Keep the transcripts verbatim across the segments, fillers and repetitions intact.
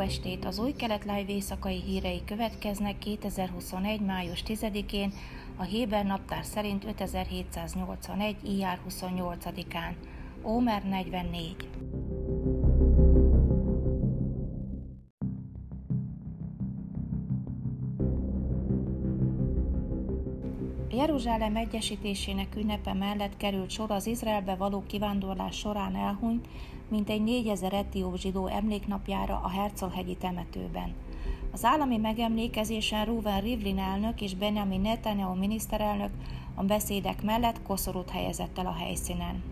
estét! Az Új Kelet Live éjszakai hírei következnek kétezer-huszonegy. május tizedikén, a héber naptár szerint ötezer-hétszáznyolcvanegy. ijár huszonnyolcadikán. Ómer negyvennégy. Jeruzsálem egyesítésének ünnepe mellett került sor az Izraelbe való kivándorlás során elhunyt mintegy négyezer etióp zsidó emléknapjára a Herzl-hegyi temetőben. Az állami megemlékezésen Reuven Rivlin elnök és Benjamin Netanyahu miniszterelnök a beszédek mellett koszorút helyezett el a helyszínen.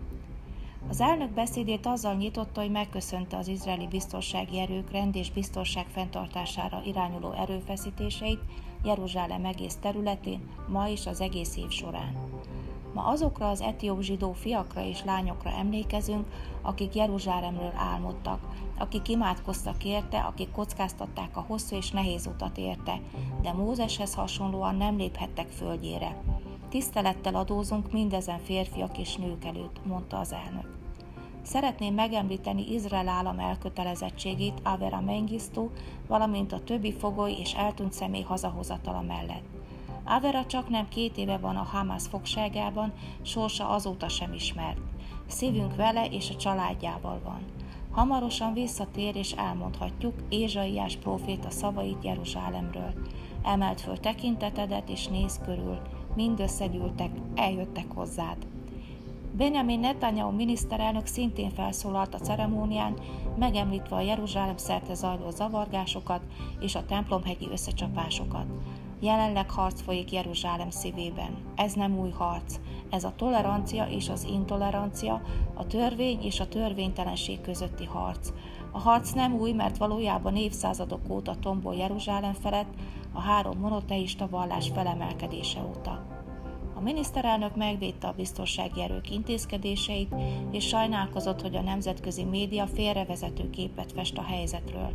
Az elnök beszédét azzal nyitotta, hogy megköszönte az izraeli biztonsági erők rend és biztonság fenntartására irányuló erőfeszítéseit Jeruzsálem egész területén, ma és az egész év során. Ma azokra az etióp zsidó fiakra és lányokra emlékezünk, akik Jeruzsálemről álmodtak, akik imádkoztak érte, akik kockáztatták a hosszú és nehéz utat érte, de Mózeshez hasonlóan nem léphettek földjére. Tisztelettel adózunk mindezen férfiak és nők előtt, mondta az elnök. Szeretném megemlíteni Izrael állam elkötelezettségét Avera Mengisztú, valamint a többi fogoly és eltűnt személy hazahozatala mellett. Avera csaknem két éve van a Hamász fogságában, sorsa azóta sem ismert. Szívünk vele és a családjával van. Hamarosan visszatér és elmondhatjuk Ézsaiás próféta szavait Jeruzsálemről. Emeld föl tekintetedet és nézz körül, mind összegyűltek, eljöttek hozzád. Benjamin Netanyahu miniszterelnök szintén felszólalt a ceremónián, megemlítve a Jeruzsálem szerte zajló zavargásokat és a templomhegyi összecsapásokat. Jelenleg harc folyik Jeruzsálem szívében. Ez nem új harc. Ez a tolerancia és az intolerancia, a törvény és a törvénytelenség közötti harc. A harc nem új, mert valójában évszázadok óta tombol Jeruzsálem felett, a három monoteista vallás felemelkedése óta. A miniszterelnök megvédte a biztonsági erők intézkedéseit, és sajnálkozott, hogy a nemzetközi média félrevezető képet fest a helyzetről.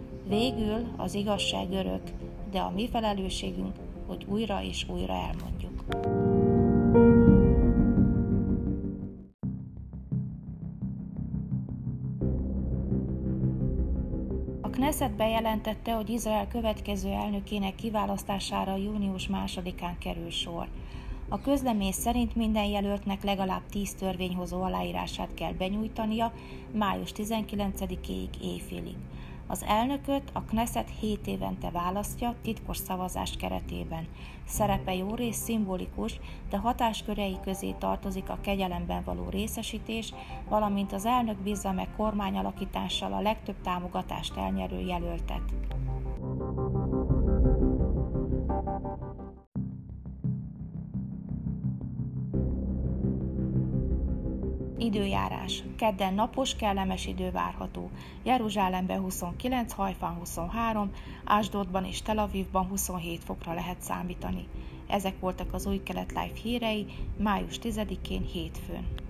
Végül az igazság örök, de a mi felelősségünk, hogy újra és újra elmondjuk. A Knesset bejelentette, hogy Izrael következő elnökének kiválasztására június másodikán kerül sor. A közlemény szerint minden jelöltnek legalább tíz törvényhozó aláírását kell benyújtania május tizenkilencedikéig éjfélig. Az elnököt a Knesset hét évente választja titkos szavazás keretében. Szerepe jórészt szimbolikus, de hatáskörei közé tartozik a kegyelemben való részesítés, valamint az elnök bízza meg kormányalakítással a legtöbb támogatást elnyerő jelöltet. Időjárás. Kedden napos, kellemes idő várható. Jeruzsálemben huszonkilenc, Hajfán huszonhárom, Ásdodban és Tel Avivban huszonhét fokra lehet számítani. Ezek voltak az Új Kelet Live hírei május tizedikén hétfőn.